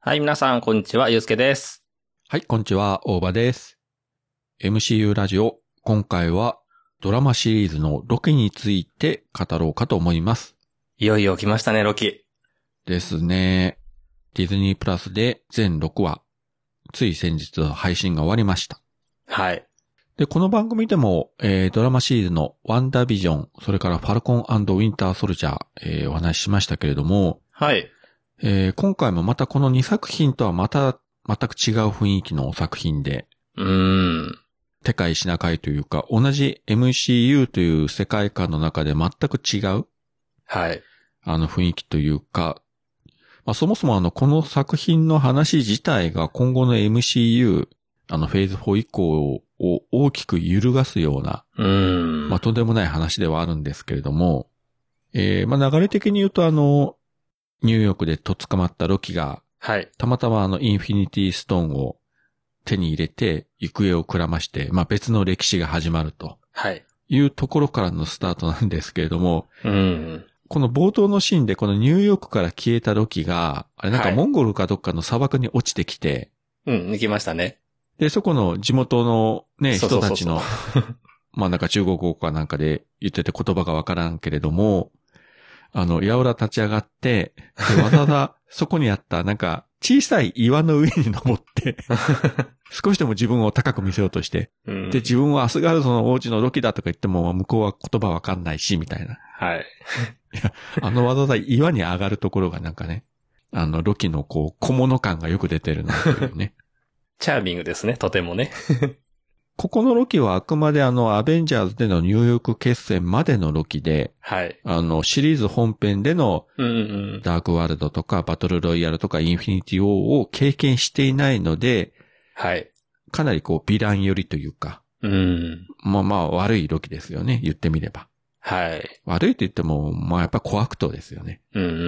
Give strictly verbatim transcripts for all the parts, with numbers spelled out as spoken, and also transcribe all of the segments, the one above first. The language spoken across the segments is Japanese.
はい、皆さん、こんにちは。ゆうすけです。 はい、こんにちは。大場です。エムシーユー ラジオ、今回はドラマシリーズのロキについて語ろうかと思います。 いよいよ来ましたね、ロキ。 ですね。ディズニープラスで全ろくわ、つい先日配信が終わりました。 はい。 で、この番組でも、えー、ドラマシリーズのワンダービジョン、それからファルコン&ウィンターソルジャー、えー、お話ししましたけれども、 はい。 えー、今回もまたこのにさく品とはまた全く違う雰囲気の作品で、 うーん。 世界シナ会というか、同じ エムシーユー という世界観の中で全く違う、 はい。 あの雰囲気というか、まあ、そもそもあの、この作品の話自体が今後の エムシーユー、あの、フェーズフォー以降を大きく揺るがすような、 うーん。 まあ、とんでもない話ではあるんですけれども、えー、まあ、流れ的に言うとあの、ニューヨークでとっ捕まったロキが、 はい。 たまたまあの、インフィニティストーンを手に入れて、行方をくらまして、まあ、別の歴史が始まると。 はい。 いうところからのスタートなんですけれども、 うん。 この冒頭のシーンでこのニューヨークから消えたロキが、あれなんかモンゴルかどっかの砂漠に落ちてきて、 はい、うん、行きましたね。 で、そこの地元のね、 そうそうそうそう人たちの、まあなんか中国語かなんかで言ってて言葉がわからんけれども、あの、やおら立ち上がって、でわざわざそこにあったなんか小さい岩の上に登って、少しでも自分を高く見せようとして、うん、で、自分はアスガルドの王子のロキだとか言っても、向こうは言葉わかんないし、みたいな。 はい。 いや、あのわざわざ岩に上がるところがなんかね、あの、ロキのこう、小物感がよく出てるなというね。 チャーミングですね、とてもね。 ここのロキはあくまであの、アベンジャーズでのニューヨーク決戦までのロキで、 はい。 あの、シリーズ本編での、 うんうん、 ダークワールドとか、バトルロイヤルとか、インフィニティ・ウォーを経験していないので、 はい。 かなりこう、ヴィラン寄りというか、 うん。 まあまあ、悪いロキですよね、言ってみれば。 はい。 悪いと言っても、まあやっぱ小悪党ですよね。 うんうんうん。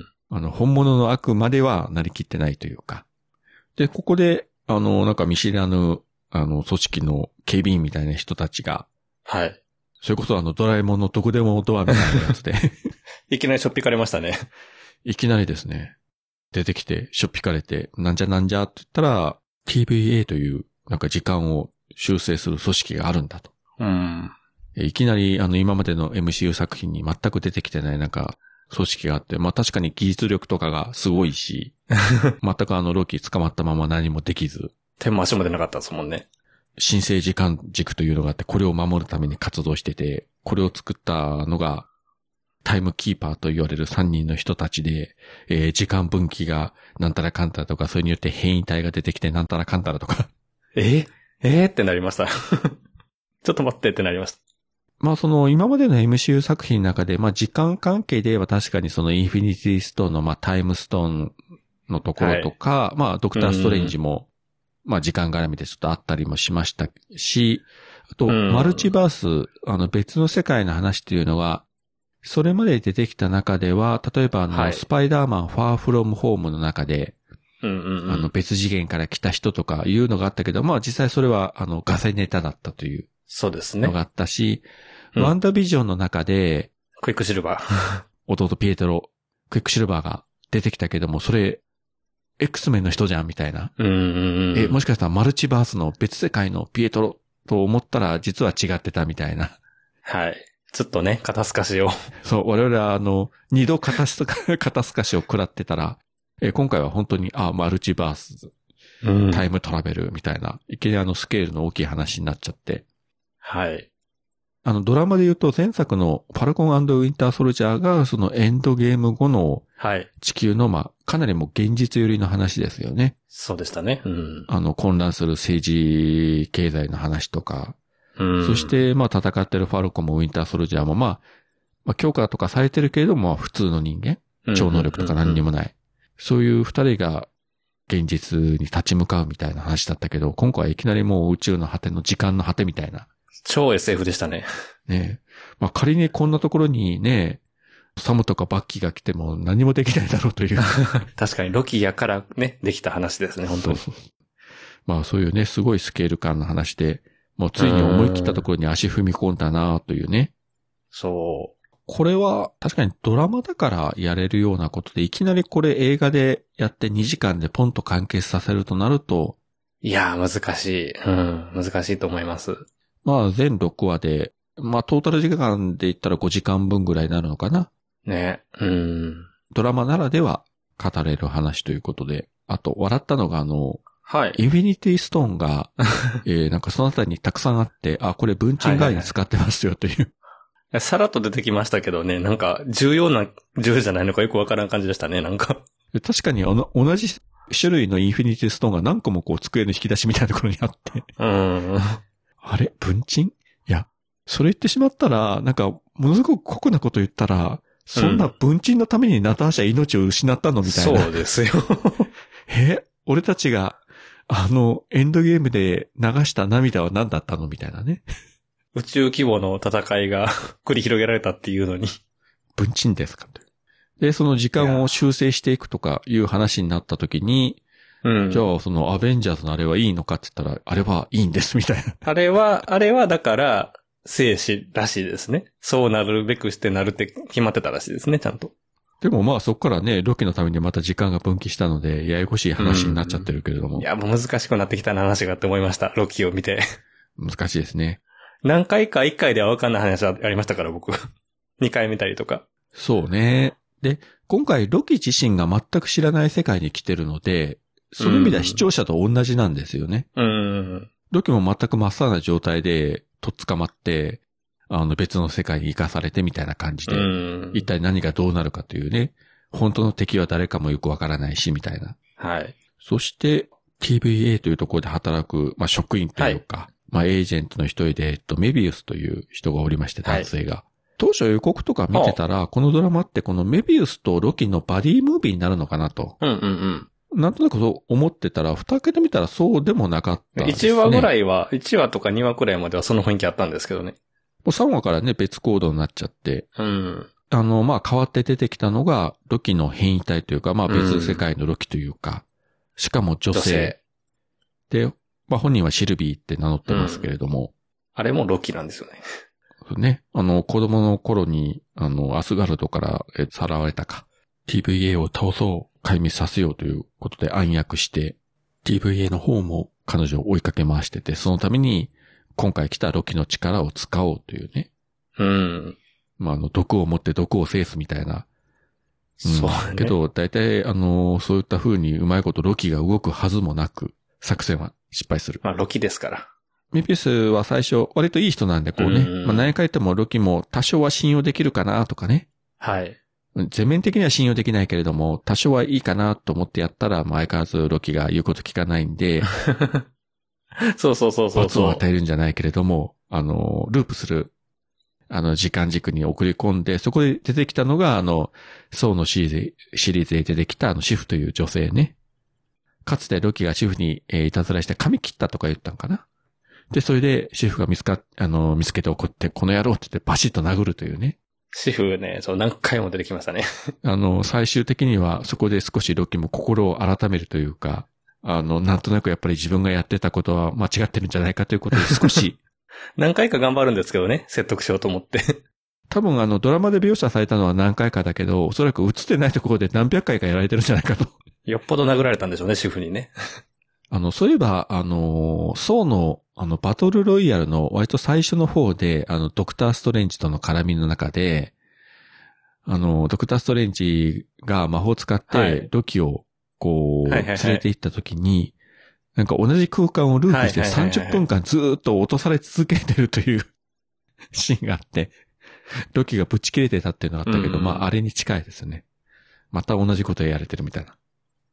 あの、本物の悪まではなりきってないというか。で、ここで、あの、なんか見知らぬ、あの、組織の警備員みたいな人たちが、 はい。 それこそあの、ドラえもんのどこでもドアみたいなやつで。 いきなりしょっぴかれましたね。 いきなりですね、出てきて、しょっぴかれて、なんじゃなんじゃって言ったら、ティーブイエー という、なんか時間を修正する組織があるんだと。 うん。 いきなり、あの、今までの エムシーユー 作品に全く出てきてない、なんか、組織があって、まあ確かに技術力とかがすごいし、全くあの、ロキ捕まったまま何もできず。 手も足も出なかったですもんね。 神聖時間軸というのがあって、これを守るために活動してて、これを作ったのが、タイムキーパーと言われるさんにんの人たちで、えー、時間分岐がなんたらかんたらとか、それによって変異体が出てきてなんたらかんたらとか。 ええー、ってなりました。ちょっと待ってってなりました。 まあその今までの エムシーユー 作品の中で、まあ時間関係で言えば確かにそのインフィニティストーンのまあタイムストーンのところとか、はい、まあドクターストレンジも、まあ時間絡みでちょっとあったりもしましたし、あとマルチバース、あの別の世界の話っていうのは、それまで出てきた中では、例えばあの、はい、スパイダーマンファーフロムホームの中で、 うんうんうん、 あの別次元から来た人とかいうのがあったけど、まあ実際それはあのガセネタだったという。 そうですね。 のがあったし、ワンダービジョンの中で、 クイックシルバー。 弟ピエトロ、クイックシルバーが出てきたけども、それ、X メンの人じゃんみたいな。 うんうんうん、 え、もしかしたらマルチバースの別世界のピエトロと思ったら実は違ってたみたいな。 はい。ちょっとね、肩透かしを。 そう、我々はあの、二度肩すか、肩透かしを食らってたら、え、今回は本当に、あ、マルチバース、うん、タイムトラベルみたいな、いきなりあのスケールの大きい話になっちゃって。 はい。 あの、ドラマで言うと前作のファルコン&ウィンターソルジャーがそのエンドゲーム後の地球の、まあ、かなりもう現実寄りの話ですよね。 そうでしたね。うん。 あの、混乱する政治、経済の話とか。 うん。 そして、まあ、戦ってるファルコンもウィンターソルジャーも、まあ、まあ、強化とかされてるけれども、普通の人間。超能力とか何にもない。うんうんうんうん、そういう二人が現実に立ち向かうみたいな話だったけど、今回はいきなりもう宇宙の果ての時間の果てみたいな。 超 エスエフ でしたね。 ねえ。まあ仮にこんなところにね、サムとかバッキーが来ても何もできないだろうという。 確かにロキやからね、できた話ですね、本当に。 そうそう。まあそういうね、すごいスケール感の話で、もうついに思い切ったところに足踏み込んだなというね。 そう。 これは確かにドラマだからやれるようなことで、いきなりこれ映画でやってにじかんでポンと完結させるとなると、 いやー、難しい。うん、難しいと思います。 まあ全ろくわで、まあトータル時間で言ったらごじかんぶんぐらいになるのかな。 ね。うん。 ドラマならでは語れる話ということで、あと笑ったのがあの、 はい。 インフィニティストーンが、えー、なんかそのあたりにたくさんあって、あ、これ文鎮代わりに使ってますよという。はいはいはい、さらっと出てきましたけどね、なんか重要な、重要じゃないのかよくわからん感じでしたね、なんか。 確かにあの同じ種類のインフィニティストーンが何個もこう机の引き出しみたいなところにあって。 うん。 あれ文鎮？いや、それ言ってしまったら、なんか、ものすごく酷なこと言ったら、そんな文鎮のためにナターシャ命を失ったのみたいな。 そうですよ。 え、俺たちが、あの、エンドゲームで流した涙は何だったのみたいなね。 宇宙規模の戦いが繰り広げられたっていうのに。 文鎮ですかと。で、その時間を修正していくとかいう話になった時に、うん、じゃあそのアベンジャーズのあれはいいのかって言ったら、あれはいいんですみたいな。 あれは、あれはだから、生死らしいですね。そうなるべくしてなるって決まってたらしいですね、ちゃんと。 でもまあそこからね、ロキのためにまた時間が分岐したので、ややこしい話になっちゃってるけれども。 うん、いや、もう難しくなってきたな話がって思いました、ロキを見て。 難しいですね。 何回かいっかいでは分かんない話ありましたから、僕。にかい見たりとか。 そうね。で、今回ロキ自身が全く知らない世界に来てるので、その意味では視聴者と同じなんですよね。 うん。 ロキも全く真っさらな状態で、とっ捕まって、あの別の世界に行かされてみたいな感じで、一体何がどうなるかというね、本当の敵は誰かもよくわからないし、みたいな。 はい。 そして、ティーブイエー というところで働く、まあ職員というか、はい、まあエージェントの一人で、えっと、メビウスという人がおりまして、男性が。はい、当初予告とか見てたら、このドラマってこのメビウスとロキのバディムービーになるのかなと。 うんうんうん。 なんとなくそう思ってたら、蓋開けてみたらそうでもなかったですね。 いちわぐらいは、いちわとかにわくらいまではその雰囲気あったんですけどね。 もうさんわからね、別行動になっちゃって。 うん。 あの、まあ、変わって出てきたのが、ロキの変異体というか、まあ、別世界のロキというか、うん、しかも女性。女性で、まあ、本人はシルビーって名乗ってますけれども。うん、 あれもロキなんですよね。 ね。あの、子供の頃に、あの、アスガルドからさらわれたか。ティーブイエー を倒そう、壊滅させようということで暗躍して、ティーブイエー の方も彼女を追いかけ回してて、そのために、今回来たロキの力を使おうというね。 うん。 まあ、あの、毒を持って毒を制すみたいな。 うん、そうね。 けど、大体、あの、そういった風にうまいことロキが動くはずもなく、作戦は失敗する。 まあ、ロキですから。 メビウスは最初、割といい人なんで、こうね。うんまあ、何回言ってもロキも多少は信用できるかなとかね。 はい。 全面的には信用できないけれども、多少はいいかなと思ってやったら、まあ、相変わらずロキが言うこと聞かないんで、 そうそうそうそう。 罰を与えるんじゃないけれども、あの、ループする、あの、時間軸に送り込んで、そこで出てきたのが、あの、ソーのシリーズ、シリーズで出てきた、あの、シフという女性ね。かつてロキがシフに、えー、いたずらして髪切ったとか言ったんかな。で、それで、シフが見つか、あの、見つけて怒って、この野郎って言ってバシッと殴るというね。 シフね、そう、何回も出てきましたね。 あの、最終的には、そこで少しロキも心を改めるというか、あの、なんとなくやっぱり自分がやってたことは間違ってるんじゃないかということで少し。 何回か頑張るんですけどね、説得しようと思って。 多分あの、ドラマで描写されたのは何回かだけど、おそらく映ってないところで何百回かやられてるんじゃないかと。 よっぽど殴られたんでしょうね、主婦にね。 あの、そういえば、あの、ソーの、あの、バトルロイヤルの割と最初の方で、あの、ドクターストレンジとの絡みの中で、あの、ドクターストレンジが魔法を使って、ロキを、こう、連れて行った時に、なんか同じ空間をループしてさんじゅっぷんかんずーっと落とされ続けてるというシーンがあって、ロキがぶち切れてたっていうのがあったけど、うん、まあ、あれに近いですね。また同じことやれてるみたいな。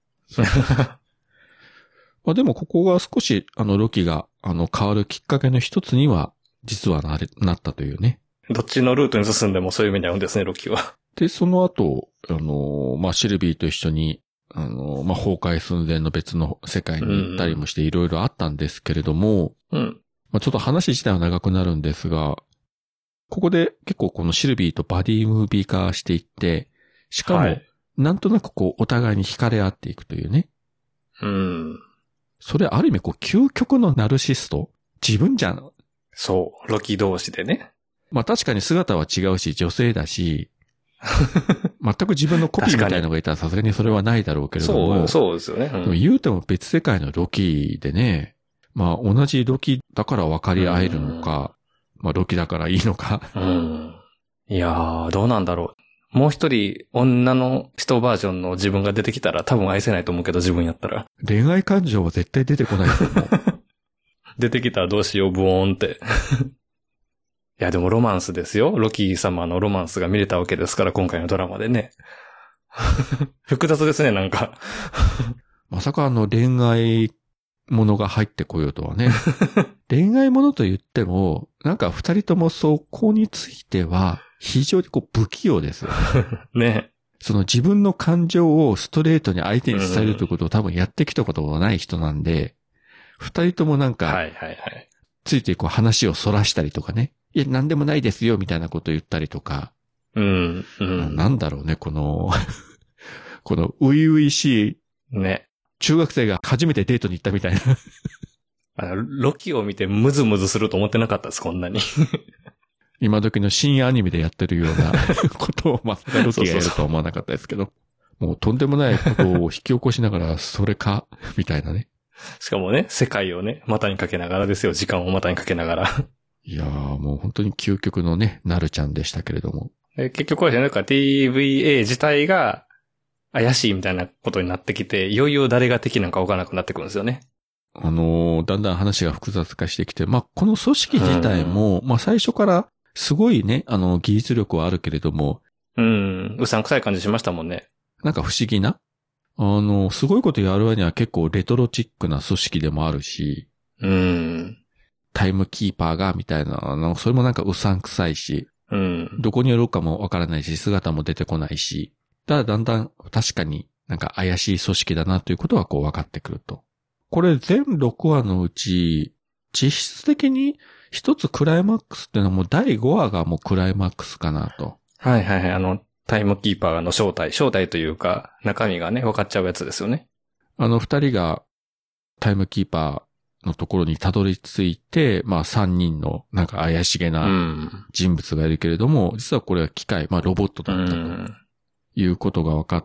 まあでもここが少し、あの、ロキが、あの、変わるきっかけの一つには、実はなれ、なったというね。 どっちのルートに進んでもそういう目に遭うんですね、ロキは。 で、その後、あの、まあ、シルビーと一緒に、あの、まあ、崩壊寸前の別の世界に行ったりもしていろいろあったんですけれども、 うん。 まあ、ちょっと話自体は長くなるんですが、ここで結構このシルビーとバディムービー化していって、しかも、なんとなくこう、お互いに惹かれ合っていくというね。 うん。 それある意味こう、究極のナルシスト自分じゃん。 そう、ロキ同士でね。 まあ確かに姿は違うし、女性だし、全く自分のコピーみたいのがいたらさすがにそれはないだろうけれども。 そう、そうですよね。うん、 でも言うても別世界のロキでね、まあ同じロキだから分かり合えるのか、うん、まあロキだからいいのか。 うん、いやー、どうなんだろう。もう一人女の人バージョンの自分が出てきたら多分愛せないと思うけど、自分やったら。 恋愛感情は絶対出てこないと思う。 出てきたらどうしよう、ブオーンって。いや、でもロマンスですよ。ロキ様のロマンスが見れたわけですから、今回のドラマでね。複雑ですね、なんか。 まさかあの恋愛ものが入ってこようとはね。恋愛ものと言っても、なんか二人ともそこについては、非常にこう不器用ですよね。 ね。 その自分の感情をストレートに相手に伝えるということを多分やってきたことがない人なんで、二人ともなんか、 はいはいはい。 ついてこう話をそらしたりとかね。いや、なんでもないですよ、みたいなことを言ったりとか。 うん。うん、 なんだろうね、この、この、初々しい。 ね。 中学生が初めてデートに行ったみたいな。 あのロキを見てムズムズすると思ってなかったです、こんなに。 今時の深夜アニメでやってるようなことをまさかロキがやるとは思わなかったですけど。もうとんでもないことを引き起こしながら、それか、みたいなね。 しかもね、世界をね、股にかけながらですよ。時間を股にかけながら。 いやー、もう本当に究極のね、なるちゃんでしたけれども。 え結局はなんか ティーブイエー 自体が怪しいみたいなことになってきて、いよいよ誰が敵なんか分からなくなってくるんですよね。 あのー、だんだん話が複雑化してきて、まあ、この組織自体も、まあ、最初からすごいね、あの、技術力はあるけれども。 うん、うさんくさい感じしましたもんね。 なんか不思議なあの、すごいことやるわには結構レトロチックな組織でもあるし。 うん。 タイムキーパーが、みたいな、あの、それもなんかうさんくさいし。 うん。 どこにいるかもわからないし、姿も出てこないし。ただだんだん確かになんか怪しい組織だなということはこう分かってくると。これ全ろくわのうち、実質的に一つクライマックスっていうのはもうだいごわがもうクライマックスかなと。 はいはいはい。あの、タイムキーパーの正体、正体というか、中身がね、分かっちゃうやつですよね。 あの二人がタイムキーパーのところにたどり着いて、まあ三人のなんか怪しげな人物がいるけれども、うん、実はこれは機械、まあロボットだったということが分かって、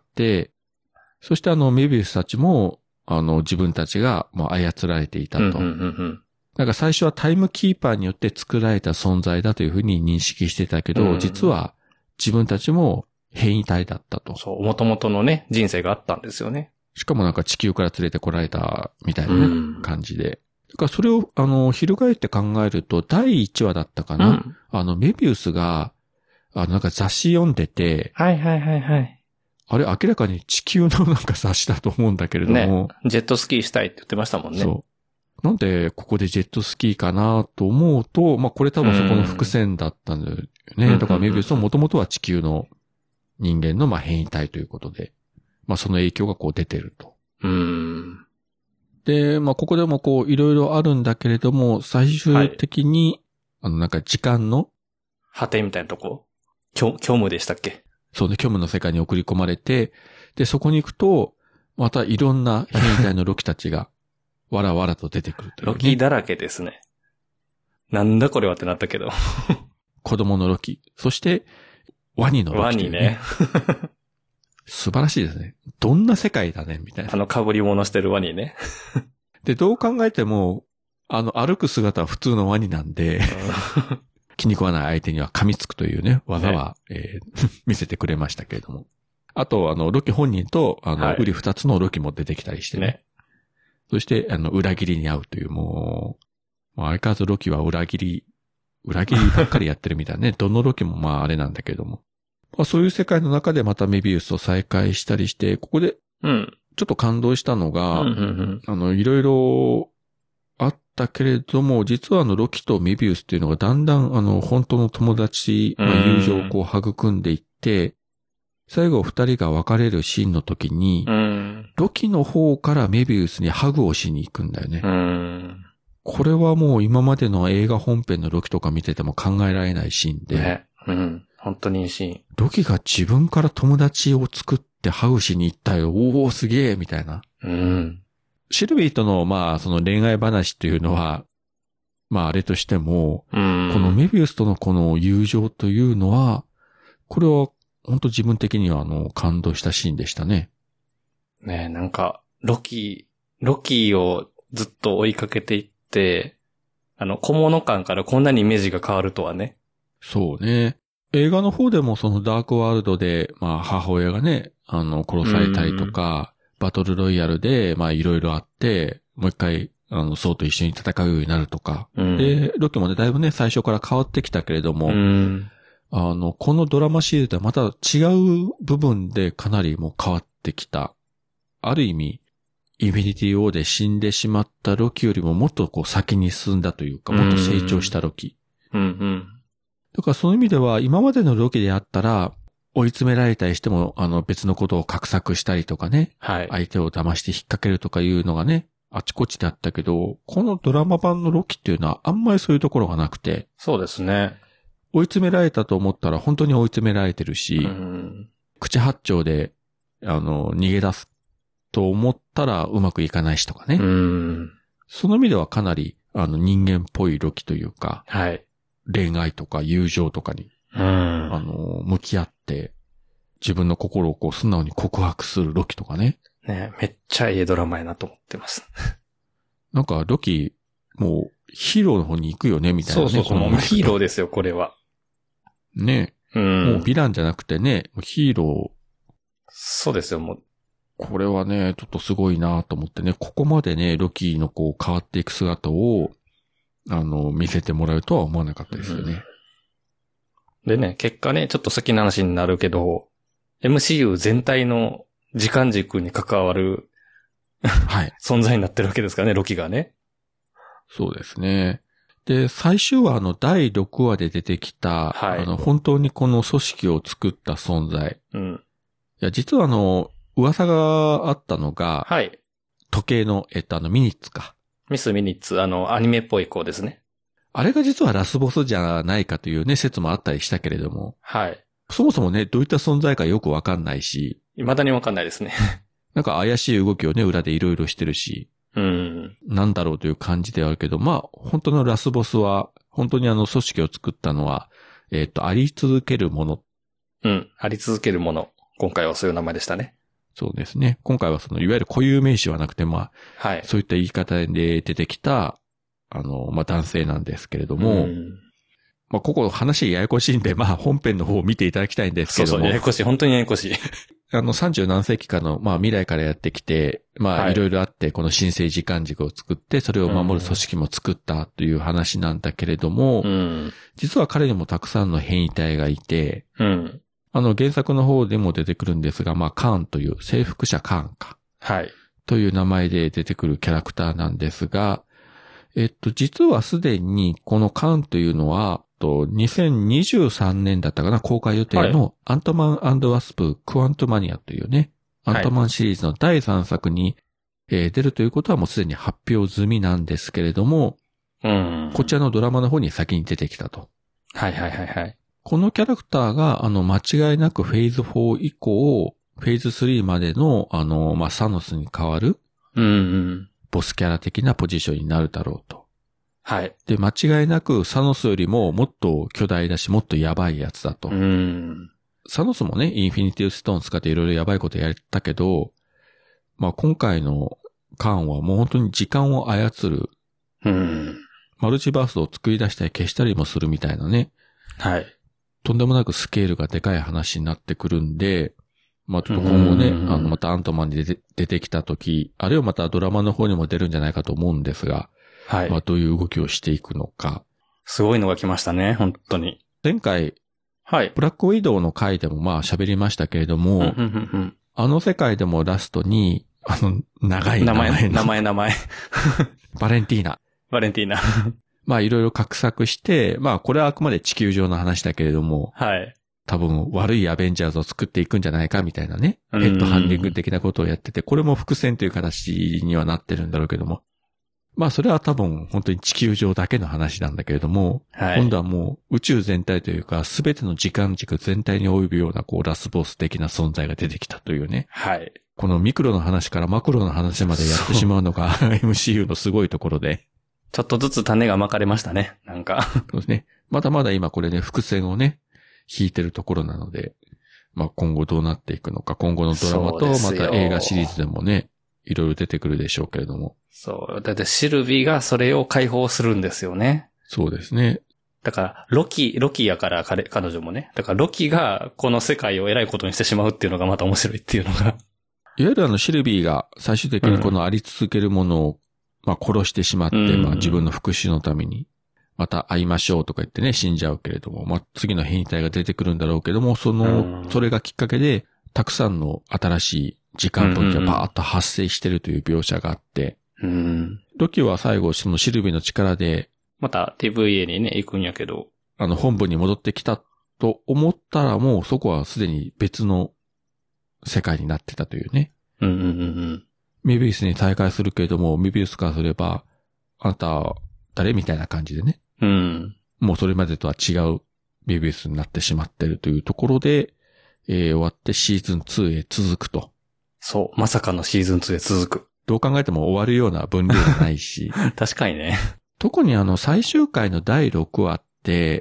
そしてあのメビウスたちも、あの自分たちがもう操られていたと。うんうんうんうんなんか最初はタイムキーパーによって作られた存在だというふうに認識してたけど、うん、実は自分たちも変異体だったと。 そう、元々のね、人生があったんですよね。 しかもなんか地球から連れてこられたみたいなね、うん、感じで。だからそれを、あの、翻って考えると、だいいちわだったかな、うん、あの、メビウスが、あの、なんか雑誌読んでて、 はいはいはいはい。 あれ明らかに地球のなんか雑誌だと思うんだけれども。ね、 ジェットスキーしたいって言ってましたもんね。 そう。なんで、ここでジェットスキーかなと思うと、まあ、これ多分そこの伏線だったんだよね。うん、だからメビウスはもともとは地球の人間のまあ変異体ということで、まあ、その影響がこう出てると。 うん。 で、まあ、ここでもこう、いろいろあるんだけれども、最終的に、はい、あの、なんか時間の果てみたいなとこ虚、虚無でしたっけ？ そうね、虚無の世界に送り込まれて、で、そこに行くと、またいろんな変異体のロキたちが、わらわらと出てくるという、ね。 ロキだらけですね。なんだこれはってなったけど。 子供のロキ。そして、ワニのロキ、ね。ワニね。素晴らしいですね。どんな世界だね、みたいな。 あの被り物してるワニね。 で、どう考えても、あの、歩く姿は普通のワニなんで、気に食わない相手には噛みつくというね、技は、ねえー、見せてくれましたけれども。あと、あの、ロキ本人と、あの、はい、ウリ二つのロキも出てきたりしてね。ねそして、あの、裏切りに遭うという、もう、まあ、相変わらずロキは裏切り、裏切りばっかりやってるみたいなね。どのロキもまあ、あれなんだけれども。まあ、そういう世界の中でまたメビウスを再開したりして、ここで、ちょっと感動したのが、うんうんうん、あの、いろいろあったけれども、実はあの、ロキとメビウスっていうのがだんだん、あの、本当の友達、まあ、友情をこう育んでいって、最後二人が別れるシーンの時に、うん、ロキの方からメビウスにハグをしに行くんだよね。うん、これはもう今までの映画本編のロキとか見てても考えられないシーンで。 ね、うん、本当にいいシーン。 ロキが自分から友達を作ってハグしに行ったよ。おーすげーみたいな。うん、シルビーとのまあその恋愛話っていうのは、 まああれとしても、 うん。 このメビウスとのこの友情というのは、これは本当自分的にはあの感動したシーンでしたね。 ねえ、なんか、ロキ、ロキをずっと追いかけていって、あの、小物感からこんなにイメージが変わるとはね。 そうね。映画の方でもそのダークワールドで、まあ母親がね、あの殺されたりとか、バトルロイヤルで、まあいろいろあって、もう一回、あの、ソウと一緒に戦うようになるとか。 うん、 で、ロキもね、だいぶね、最初から変わってきたけれども、 うん、 あの、このドラマシリーズではまた違う部分でかなりもう変わってきた。ある意味、インフィニティ・ウォーで死んでしまったロキよりももっとこう先に進んだというか、もっと成長したロキ。 うん、うん。 だからその意味では、今までのロキであったら、追い詰められたりしても、あの別のことを画策したりとかね、 はい。 相手を騙して引っ掛けるとかいうのがね、あちこちであったけど、このドラマ版のロキっていうのはあんまりそういうところがなくて、 そうですね。 追い詰められたと思ったら本当に追い詰められてるし、 うん、 口八丁で、あの、逃げ出すと思ったらうまくいかないしとかね。 うん、 その意味ではかなり、あの、人間っぽいロキというか、 はい。 恋愛とか友情とかに、 うん、 あの、向き合って、自分の心をこう素直に告白するロキとかね。 ね、めっちゃいいドラマやなと思ってます。 なんかロキ、もうヒーローの方に行くよね、みたいなね。 そうそうそう、もうヒーローですよ、これは。 ね。 うん。 もうヴィランじゃなくてね、ヒーロー。 そうですよ、もう。 これはね、ちょっとすごいなと思ってね、ここまでね、ロキのこう変わっていく姿を、あの、見せてもらうとは思わなかったですよね。 うん、でね、結果ね、ちょっと先の話になるけど、エムシーユー 全体の時間軸に関わるはい。 存在になってるわけですからね、ロキがね。 そうですね。で、最終話のだいろくわで出てきた、はい、あの、本当にこの組織を作った存在。 うん。 いや、実はあの、噂があったのが、 はい。 時計の、えっと、あの、ミニッツか。 ミス・ミニッツ、あの、アニメっぽい子ですね。 あれが実はラスボスじゃないかというね、説もあったりしたけれども。 はい。 そもそもね、どういった存在かよくわかんないし。 未だにわかんないですね。 なんか怪しい動きをね、裏でいろいろしてるし。 うん。 なんだろうという感じではあるけど、まあ、本当のラスボスは、本当にあの組織を作ったのは、えっと、あり続けるもの。 うん。あり続けるもの。今回はそういう名前でしたね。 そうですね。今回はその、いわゆる固有名詞はなくて、まあ、 はい。 そういった言い方で出てきた、あの、まあ、男性なんですけれども、 うんまあ、ここ話ややこしいんで、まあ、本編の方を見ていただきたいんですけども。 そうそう、ややこしい。本当にややこしい。 あの、さんじゅうなんせいきかの、まあ、未来からやってきて、まあ、はい、いろいろあって、この新生時間軸を作って、それを守る組織も作ったという話なんだけれども、 うん、 実は彼にもたくさんの変異体がいて、 うん、 あの、原作の方でも出てくるんですが、まあ、カーンという、征服者カーンか。 はい。 という名前で出てくるキャラクターなんですが、えっと、実はすでに、このカーンというのは、にせんにじゅうさんねんだったかな、公開予定のアントマン&ワスプ・クワントマニアというね、アントマンシリーズのだいさんさくに、えー、出るということはもうすでに発表済みなんですけれども、 うん、 こちらのドラマの方に先に出てきたと。 はいはいはいはい。 このキャラクターが、あの、間違いなくフェーズフォー以降、フェーズスリーまでの、あの、まあ、サノスに代わる、 うんうん、 ボスキャラ的なポジションになるだろうと。 はい。 で、間違いなくサノスよりももっと巨大だし、もっとやばいやつだと。 うん。 サノスもね、インフィニティストーン使っていろいろやばいことやったけど、まあ今回のカーンはもう本当に時間を操る。 うん。 マルチバースを作り出したり消したりもするみたいなね。 はい。 とんでもなくスケールがでかい話になってくるんで、まあちょっと今後ね、あのまたアントマンに出て、出てきた時、あるいはまたドラマの方にも出るんじゃないかと思うんですが、 はい。 まあどういう動きをしていくのか。 すごいのが来ましたね、本当に。 前回、 はい。 ブラックウィドウの回でもまあ喋りましたけれども、 うんうんうん、 あの世界でもラストに、あの、長い名前の。 名前、名前、名前。 バレンティーナ。 バレンティーナ。 まあいろいろ画策して、まあこれはあくまで地球上の話だけれども、 はい。 多分悪いアベンジャーズを作っていくんじゃないかみたいなね、ヘッドハンディング的なことをやってて、これも伏線という形にはなってるんだろうけども、まあそれは多分本当に地球上だけの話なんだけれども、はい、今度はもう宇宙全体というか全ての時間軸全体に及ぶようなこうラスボス的な存在が出てきたというね。 はい。 このミクロの話からマクロの話までやってしまうのが エムシーユー のすごいところで。 ちょっとずつ種がまかれましたね。なんか。 そうですね。まだまだ今これね、伏線をね、引いてるところなので、まあ今後どうなっていくのか、今後のドラマと、また映画シリーズでもね、いろいろ出てくるでしょうけれども。 そう。だってシルビーがそれを解放するんですよね。 そうですね。 だから、ロキ、ロキやから彼、彼女もね。だからロキがこの世界を偉いことにしてしまうっていうのがまた面白いっていうのが。 いわゆるあのシルビーが最終的にこのあり続けるものを、まあ殺してしまって、うん、まあ自分の復讐のために、また会いましょうとか言ってね、死んじゃうけれども、まあ次の変異体が出てくるんだろうけども、その、それがきっかけで、たくさんの新しい時間分岐がバーッと発生してるという描写があって、 うん、 ロキは最後そのシルビーの力で、 また ティーブイエー にね、行くんやけど、 あの本部に戻ってきたと思ったらもうそこはすでに別の世界になってたというね。 うんうんうんうん。 メビウスに再会するけれども、メビウスからすれば、あなた、誰みたいな感じでね。 うん。 もうそれまでとは違うメビウスになってしまってるというところで、えー、終わってシーズンツーへ続くと。 そう。まさかのシーズンツーへ続く。 どう考えても終わるような分量じゃないし。 確かにね。 特にあの最終回のだいろくわって、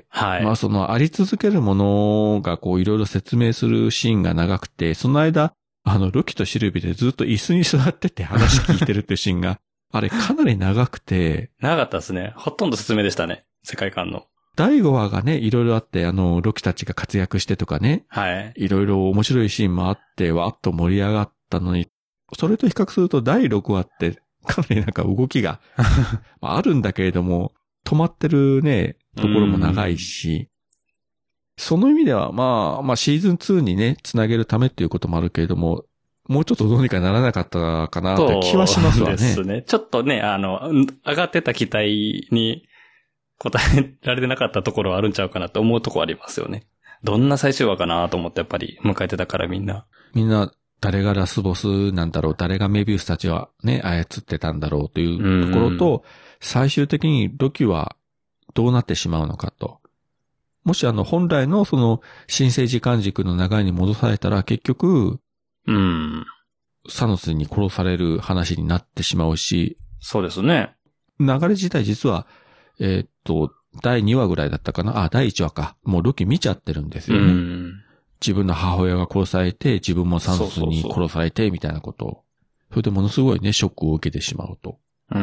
はい。 まあそのあり続けるものがこういろいろ説明するシーンが長くて、その間、あの、ロキとシルビでずっと椅子に座ってて話聞いてるっていうシーンが、あれかなり長くて。 長かったですね。ほとんど説明でしたね。世界観の。 だいごわがね、いろいろあって、あの、ロキたちが活躍してとかね。 はい。 いろいろ面白いシーンもあって、わーっと盛り上がったのに、それと比較するとだいろくわって、かなりなんか動きがあるんだけれども、止まってるね、ところも長いし、その意味では、まあ、まあシーズンツーにね、つなげるためっていうこともあるけれども、もうちょっとどうにかならなかったかなって気はしますわね。 そうですね。ちょっとね、あの、上がってた期待に応えられてなかったところはあるんちゃうかなと思うところありますよね。どんな最終話かなと思ってやっぱり迎えてたからみんな。 みんな、誰がラスボスなんだろう、誰がメビウスたちはね、操ってたんだろうというところと、うんうん、最終的にロキはどうなってしまうのかと。もしあの本来のその新生時間軸の流れに戻されたら結局、 うん。 サノスに殺される話になってしまうし。 そうですね。 流れ自体実は、えー、っと、だいにわぐらいだったかな。あ、だいいちわか。もうロキ見ちゃってるんですよね。 うん、 自分の母親が殺されて、自分もサノスに殺されて、みたいなことを。それでものすごいね、ショックを受けてしまうと。 うん。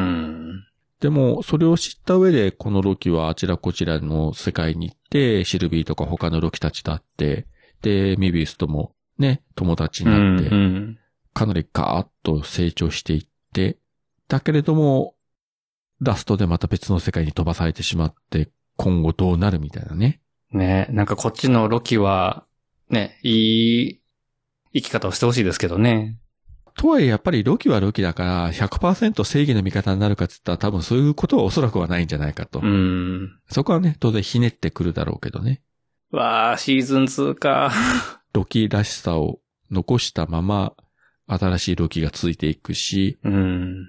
でも、それを知った上で、このロキはあちらこちらの世界に行って、シルビーとか他のロキたちと会って、で、メビウスともね、友達になって、 うんうん、 かなりガーッと成長していって、だけれども、ラストでまた別の世界に飛ばされてしまって、今後どうなるみたいなね。 ね、なんかこっちのロキは、ね、いい生き方をしてほしいですけどね。 とはいえやっぱりロキはロキだから ひゃくパーセント 正義の味方になるかって言ったら多分そういうことはおそらくはないんじゃないかと。 うん。 そこはね、当然ひねってくるだろうけどね。 わー、シーズンツーか。 ロキらしさを残したまま新しいロキがついていくし、 うん。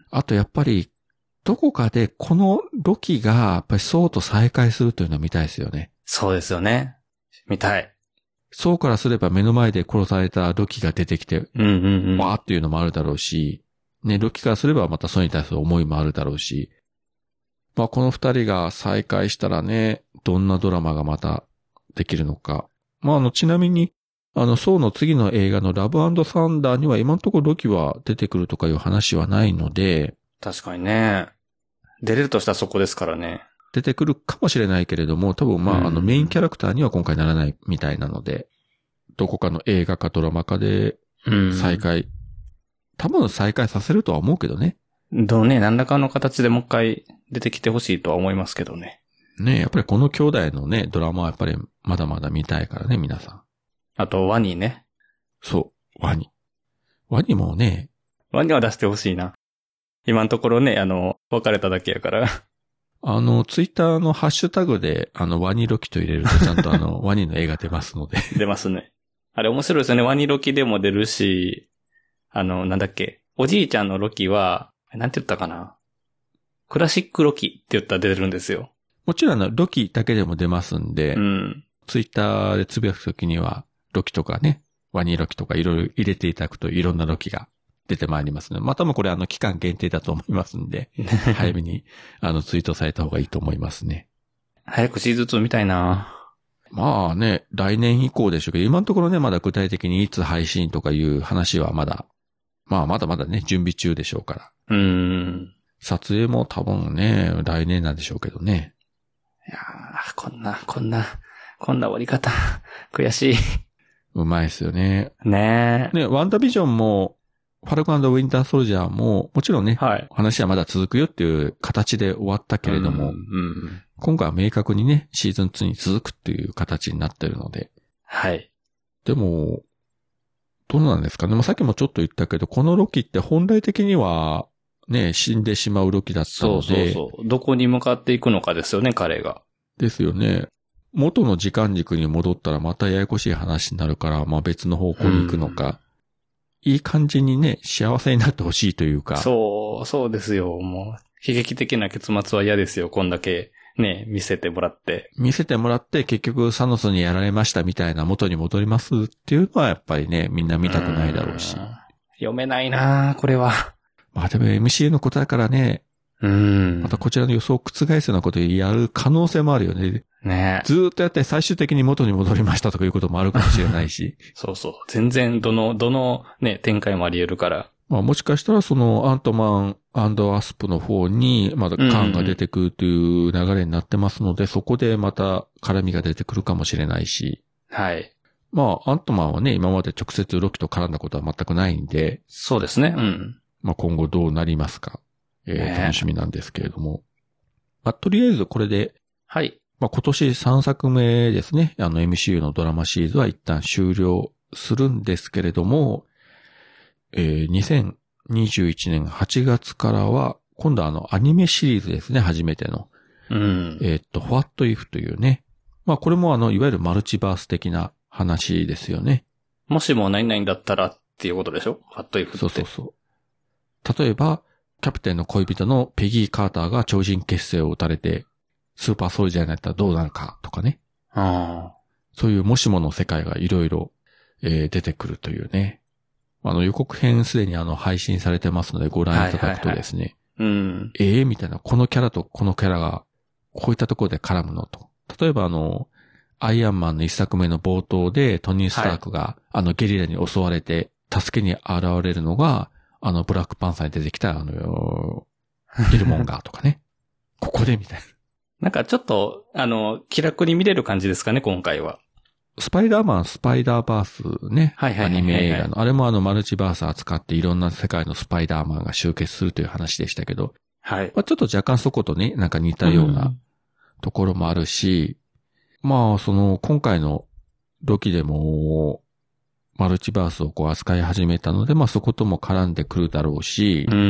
あとやっぱりどこかでこのロキがやっぱりソウと再会するというのは見たいですよね。 そうですよね。見たい。 ソウからすれば目の前で殺されたロキが出てきて、 うんうんうん、 わーっていうのもあるだろうし、ね、ロキからすればまたそれに対する思いもあるだろうし、まあこの二人が再会したらね、どんなドラマがまたできるのか。まああの、ちなみに、あの、ソウの次の映画のラブ&サンダーには今のところロキは出てくるとかいう話はないので、 確かにね。出れるとしたらそこですからね。 出てくるかもしれないけれども、多分まあ、あのメインキャラクターには今回ならないみたいなので、どこかの映画かドラマかで再会、多分再会させるとは思うけどね。 どうね、何らかの形でもう一回出てきてほしいとは思いますけどね。 ねえ、やっぱりこの兄弟のね、ドラマはやっぱりまだまだ見たいからね、皆さん。 あと、ワニね。 そう、ワニ。ワニもね。 ワニは出してほしいな。今のところね、あの、別れただけやから。 あの、ツイッターのハッシュタグで、あの、ワニロキと入れるとちゃんとあの、ワニの絵が出ますので。 出ますね。あれ面白いですよね。ワニロキでも出るし、あの、なんだっけ。おじいちゃんのロキは、なんて言ったかな。クラシックロキって言ったら出てるんですよ。 もちろんあの、ロキだけでも出ますんで、 うん。 ツイッターでつぶやくときには、ロキとかね、ワニロキとかいろいろ入れていただくといろんなロキが出てまいりますね。またもこれあの期間限定だと思いますんで、早めにあのツイートされた方がいいと思いますね。 早くシーズンツー見たいな。 まあね、来年以降でしょうけど、今のところね、まだ具体的にいつ配信とかいう話はまだ、まあまだまだね、準備中でしょうから。 うーん。 撮影も多分ね、来年なんでしょうけどね。 いやー、こんな、こんな、こんな終わり方。悔しい。 うまいですよね。 ねえ。 ね、ワンダービジョンも、ファルコン&ウィンターソルジャーも、もちろんね、 はい。 話はまだ続くよっていう形で終わったけれども、 うん。うん、 今回は明確にね、シーズンツーに続くっていう形になってるので。 はい。 でも、どうなんですかね。まあ、さっきもちょっと言ったけど、このロキって本来的には、ね、死んでしまうロキだったので。 そうそうそう。どこに向かっていくのかですよね、彼が。 ですよね。元の時間軸に戻ったらまたややこしい話になるから、まあ別の方向に行くのか。いい感じにね、幸せになってほしいというか。 そう、そうですよ。もう、悲劇的な結末は嫌ですよ。こんだけ、ね、見せてもらって。 見せてもらって、結局サノスにやられましたみたいな元に戻りますっていうのはやっぱりね、みんな見たくないだろうし。 うん読めないなこれは。 まあでも エムシーユー のことだからね、 うん。 またこちらの予想を覆すようなことをやる可能性もあるよね。 ねずーっとやって最終的に元に戻りましたとかいうこともあるかもしれないし。 そうそう。全然、どの、どのね、展開もあり得るから。 まあもしかしたらそのアントマン&アスプの方にまだカンが出てくるという流れになってますので、うん、そこでまた絡みが出てくるかもしれないし。 はい。 まあアントマンはね、今まで直接ロキと絡んだことは全くないんで。 そうですね。うん。 まあ今後どうなりますか。えーね、楽しみなんですけれども。まあとりあえずこれで。 はい。 まあ今年さんさくめですね。あの エムシーユー のドラマシリーズは一旦終了するんですけれども、えー、にせんにじゅういちねんはちがつからは、今度はあのアニメシリーズですね、初めての。 うん。 えー、っと、What If というね。まあこれもあの、いわゆるマルチバース的な話ですよね。 もしも何々だったらっていうことでしょ ?What If って。 そうそうそう。例えば、キャプテンの恋人のペギー・カーターが超人結成を打たれて、スーパーソルジャーになったらどうなるかとかね。 ああ。 そういうもしもの世界がいろいろ出てくるというね。あの予告編すでにあの配信されてますのでご覧いただくとですね。 はいはいはい、うん。 ええー、みたいな、このキャラとこのキャラがこういったところで絡むのと。例えばあの、アイアンマンの一作目の冒頭でトニー・スタークが、はい、あのゲリラに襲われて助けに現れるのが、あのブラックパンサーに出てきたあの、ギルモンガーとかね。ここでみたいな。 なんかちょっと、あの、気楽に見れる感じですかね、今回は。 スパイダーマン、スパイダーバースね。 はいはいはいはい、はい。 アニメ映画の。あれもあのマルチバース扱っていろんな世界のスパイダーマンが集結するという話でしたけど。 はい。 まあ、ちょっと若干そことね、なんか似たようなところもあるし、うん、まあその今回のロキでもマルチバースをこう扱い始めたので、まあそことも絡んでくるだろうし。 うん。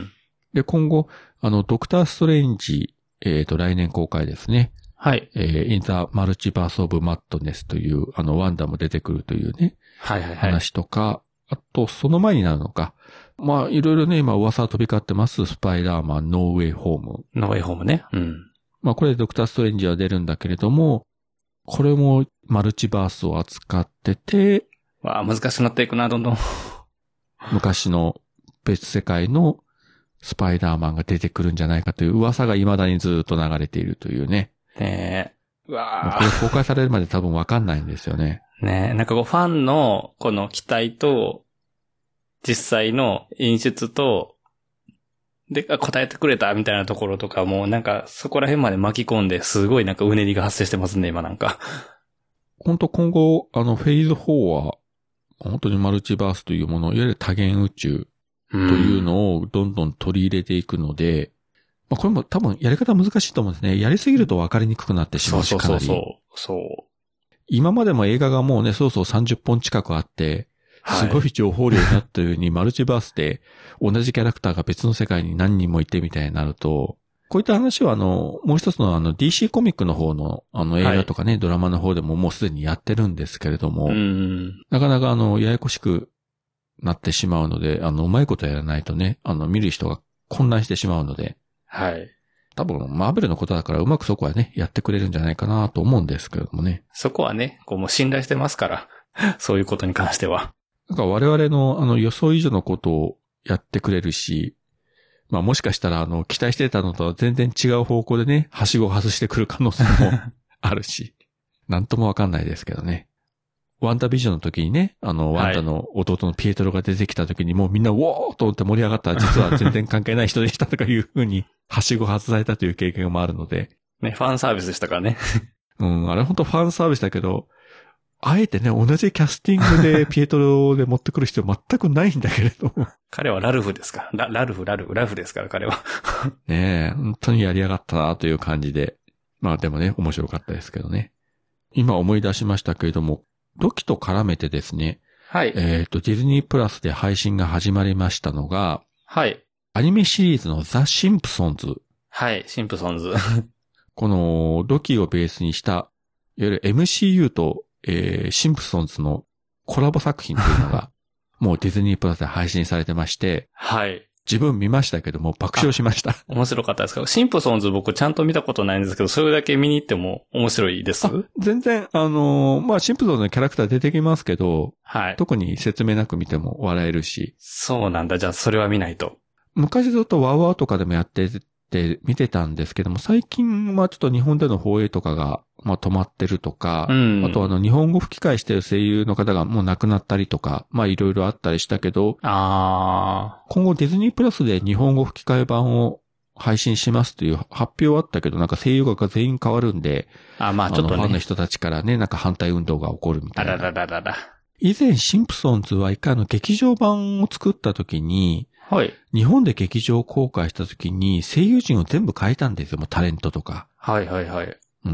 で、今後、あのドクターストレンジ、えっと、来年公開ですね。 はい。 えー、インザ・マルチバース・オブ・マッドネスという、あの、ワンダも出てくるというね。 はいはいはい。 話とか、あと、その前になるのか。まあ、いろいろね、今噂は飛び交ってます。スパイダーマン、ノーウェイホーム。 ノーウェイホームね。うん。 まあ、これでドクター・ストレンジは出るんだけれども、これもマルチバースを扱ってて。 わあ、難しくなっていくな、どんどん。 昔の別世界のスパイダーマンが出てくるんじゃないかという噂が未だにずっと流れているというね。 ねえ。うわあ。これ公開されるまで多分わかんないんですよね。 ねえ。なんかこうファンのこの期待と実際の演出とで答えてくれたみたいなところとかもなんかそこら辺まで巻き込んですごいなんかうねりが発生してますね今なんか。 本当今後あのフェーズフォーは本当にマルチバースというものいわゆる多元宇宙というのをどんどん取り入れていくので、まあ、これも多分やり方難しいと思うんですね。やりすぎると分かりにくくなってしまうし、かなり。 そうそうそうそう。 今までも映画がもうね、そうそうさんじゅっぽん近くあって、すごい情報量になったように、マルチバースで同じキャラクターが別の世界に何人もいてみたいになると、こういった話はあの、もう一つのあの ディーシー コミックの方のあの映画とかね、はい、ドラマの方でももうすでにやってるんですけれども、 うんなかなかあの、ややこしくなってしまうので、あの、うまいことやらないとね、あの、見る人が混乱してしまうので、 はい。 多分、マーベルのことだからうまくそこはね、やってくれるんじゃないかなと思うんですけれどもね。 そこはね、こうもう信頼してますから、そういうことに関しては。 なんか我々のあの予想以上のことをやってくれるし、まあもしかしたらあの、期待してたのとは全然違う方向でね、はしごを外してくる可能性もあるし、なんともわかんないですけどね。ワンダービジョンの時にね、あの、ワンダの弟のピエトロが出てきた時にもうみんなウォーと思って盛り上がったら実は全然関係ない人でしたとかいう風に、はしご外されたという経験もあるので。 ね、ファンサービスでしたからね。 うん、あれ本当ファンサービスだけど、あえてね、同じキャスティングでピエトロで持ってくる必要全くないんだけれども。 彼はラルフですから。ララルフ、ラルフ、ラルフですから、彼は。 ねえ、本当にやりやがったなという感じで。まあでもね、面白かったですけどね。今思い出しましたけれども、ロキと絡めてですね。 はい。 えっと、ディズニープラスで配信が始まりましたのが、 はい。 アニメシリーズのザ・シンプソンズ。 はい、シンプソンズ。 このロキをベースにした、いわゆる エムシーユー と、えー、シンプソンズのコラボ作品というのが、もうディズニープラスで配信されてまして、 はい。 自分見ましたけども爆笑しました。 面白かったですか？シンプソンズ僕ちゃんと見たことないんですけど、それだけ見に行っても面白いです？ 全然、あのー、まあ、シンプソンズのキャラクター出てきますけど、 はい。 特に説明なく見ても笑えるし。 そうなんだ。じゃあそれは見ないと。 昔ずっとワウワウとかでもやってて見てたんですけども、最近はちょっと日本での放映とかが、まあ、止まってるとか、うん、あとあの日本語吹き替えしてる声優の方がもう亡くなったりとか、まあいろいろあったりしたけど、 あ今後ディズニープラスで日本語吹き替え版を配信しますという発表はあったけど、なんか声優が全員変わるんで、 あ、まあちょっとね。 ファンの人たちからね、なんか反対運動が起こるみたいな。 あららららら。 以前シンプソンズは一回の劇場版を作った時に、 はい。 日本で劇場公開した時に声優陣を全部変えたんですよ、もうタレントとか。 はいはいはい。 うん、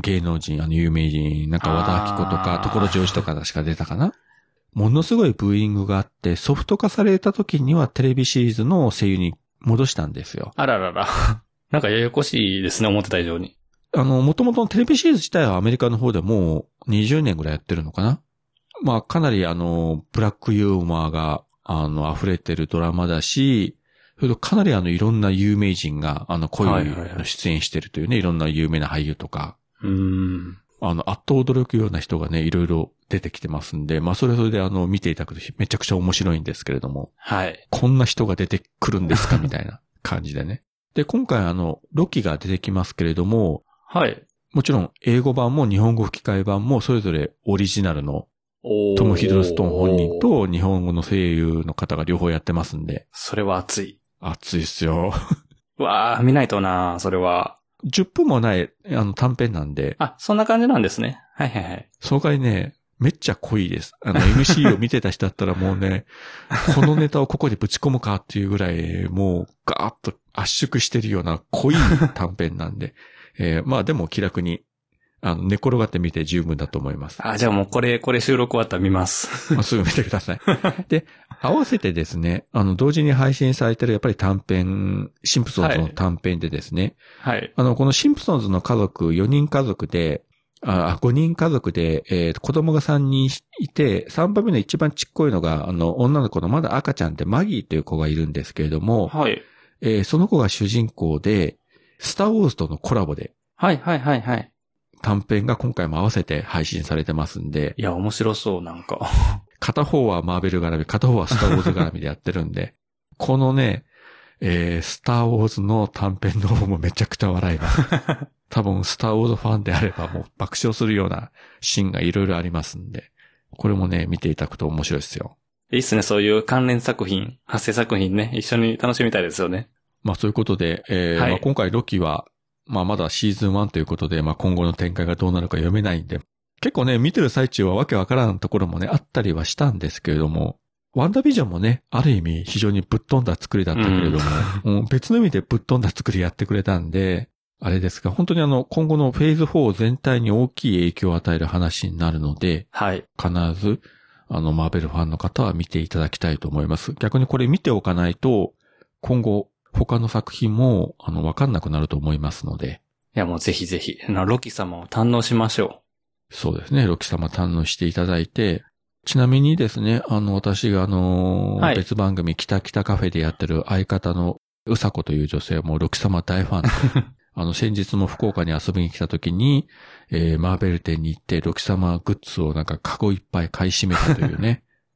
芸能人、あの有名人、なんか和田アキ子とか、所ジョージとか確か出たかな。ものすごいブーイングがあって、ソフト化された時にはテレビシリーズの声優に戻したんですよ。 あららら。なんかややこしいですね、思ってた以上に。 あの、元々のテレビシリーズ自体はアメリカの方でもうにじゅうねんぐらいやってるのかな。まあ、かなりあの、ブラックユーモアが、あの、溢れてるドラマだし、それとかなりあのいろんな有名人があの声を出演してるというね、いろんな有名な俳優とか。 うーん。 あの、あっと驚くような人がね、いろいろ出てきてますんで、まあそれそれであの見ていただくとめちゃくちゃ面白いんですけれども。 はい。 こんな人が出てくるんですかみたいな感じでね。で、今回あの、ロキが出てきますけれども。 はい。 もちろん英語版も日本語吹き替え版もそれぞれオリジナルのトム・ヒドルストン本人と日本語の声優の方が両方やってますんで。 それは熱い。 熱いっすよ。 わあ、見ないとな、それは。 じゅっぷんもない、あの短編なんで。 あ、そんな感じなんですね。はいはいはい。 その代わりね、めっちゃ濃いです。あの、エムシー を見てた人だったらもうね、このネタをここでぶち込むかっていうぐらい、もうガーッと圧縮してるような濃い短編なんで。えー、まあでも気楽に。あの、寝転がってみて十分だと思います。 あ、じゃあもうこれ、これ収録終わったら見ます。 まあ、すぐ見てください。で、合わせてですね、あの、同時に配信されてるやっぱり短編、シンプソンズの短編でですね、 はい。 あの、このシンプソンズの家族、よにん家族で、あ、ごにん家族で、えー、子供がさんにんいて、さんばんめの一番ちっこいのが、あの、女の子のまだ赤ちゃんでマギーという子がいるんですけれども、 はい。 えー、その子が主人公で、スターウォーズとのコラボで、 はいはいはいはい。 短編が今回も合わせて配信されてますんで。 いや、面白そう、なんか。 片方はマーベル絡み、片方はスターウォーズ絡みでやってるんで、このね、えー、スターウォーズの短編の方もめちゃくちゃ笑います。多分、スターウォーズファンであればもう爆笑するようなシーンがいろいろありますんで、これもね、見ていただくと面白いですよ。 いいっすね、そういう関連作品、派生作品ね、一緒に楽しみたいですよね。 まあそういうことで、えーはいまあ、今回ロキは、まあまだシーズンワンということで、まあ今後の展開がどうなるか読めないんで、結構ね、見てる最中はわけわからんところもね、あったりはしたんですけれども、ワンダービジョンもね、ある意味非常にぶっ飛んだ作りだったけれども、うん、もう別の意味でぶっ飛んだ作りやってくれたんで、あれですが、本当にあの、今後のフェーズフォー全体に大きい影響を与える話になるので、 はい。 必ず、あの、マーベルファンの方は見ていただきたいと思います。逆にこれ見ておかないと、今後、他の作品も、あの、わかんなくなると思いますので。 いや、もうぜひぜひ、ロキ様を堪能しましょう。そうですね。ロキ様堪能していただいて、ちなみにですね、あの、私があの、はい、別番組、北北カフェでやってる相方のうさこという女性はもうロキ様大ファンで、あの、先日も福岡に遊びに来た時に、えー、マーベル店に行ってロキ様グッズをなんかカゴいっぱい買い占めたというね。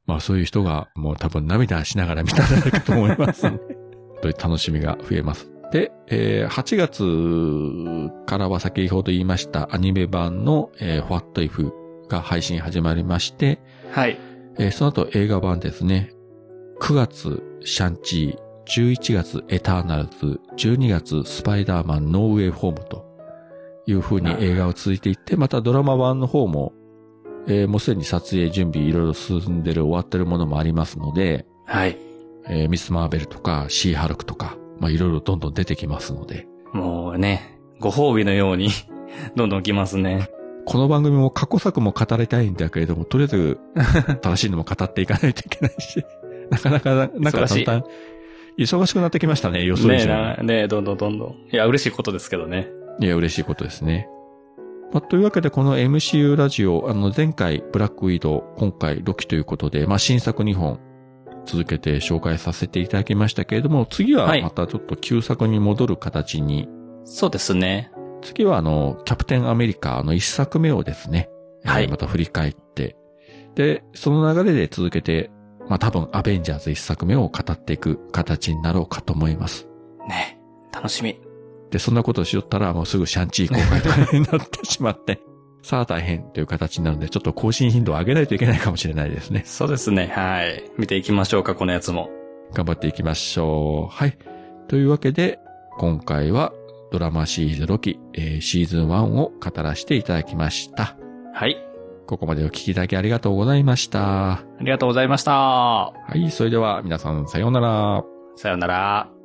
まあそういう人がもう多分涙しながら見たんじゃないかと思いますね。という楽しみが増えます。で、えー、はちがつからは先ほど言いましたアニメ版の、えー、What If が配信始まりまして、 はい。 えー、その後映画版ですね。くがつシャンチー、じゅういちがつエターナルズ、じゅうにがつスパイダーマンノーウェイホームという風に映画を続いていって、またドラマ版の方も、えー、もうすでに撮影準備いろいろ進んでる終わってるものもありますので、 はい。 えー、ミス・マーベルとかシー・ハルクとか、まあいろいろどんどん出てきますので。 もうね、ご褒美のようにどんどん来ますね。 この番組も過去作も語りたいんだけれども、とりあえず正しいのも語っていかないといけないし、なかなか、なんかだんだん忙しくなってきましたね、予想以上に。 ねえ、ねえ、どんどんどんどん。いや、嬉しいことですけどね。 いや、嬉しいことですね。まあ、というわけで、この エムシーユー ラジオ、あの、前回、ブラックウィドウ、今回、ロキということで、まあ、新作にほん、続けて紹介させていただきましたけれども、次はまたちょっと旧作に戻る形に。 はい、そうですね。 次は、あの、キャプテンアメリカの一作目をですね、 はい。 えー、また振り返って、で、その流れで続けて、まあ、多分、アベンジャーズ一作目を語っていく形になろうかと思います。 ね、楽しみ。 で、そんなことをしよったら、もうすぐシャンチー公開とかになってしまって、さあ大変という形になるので、ちょっと更新頻度を上げないといけないかもしれないですね。 そうですね。はい。見ていきましょうか、このやつも。 頑張っていきましょう。はい。というわけで、今回はドラマシリーズロキ、えー、シーズンワンを語らせていただきました。 はい。 ここまでお聞きいただきありがとうございました。 ありがとうございました。はい。それでは皆さんさようなら。 さようなら。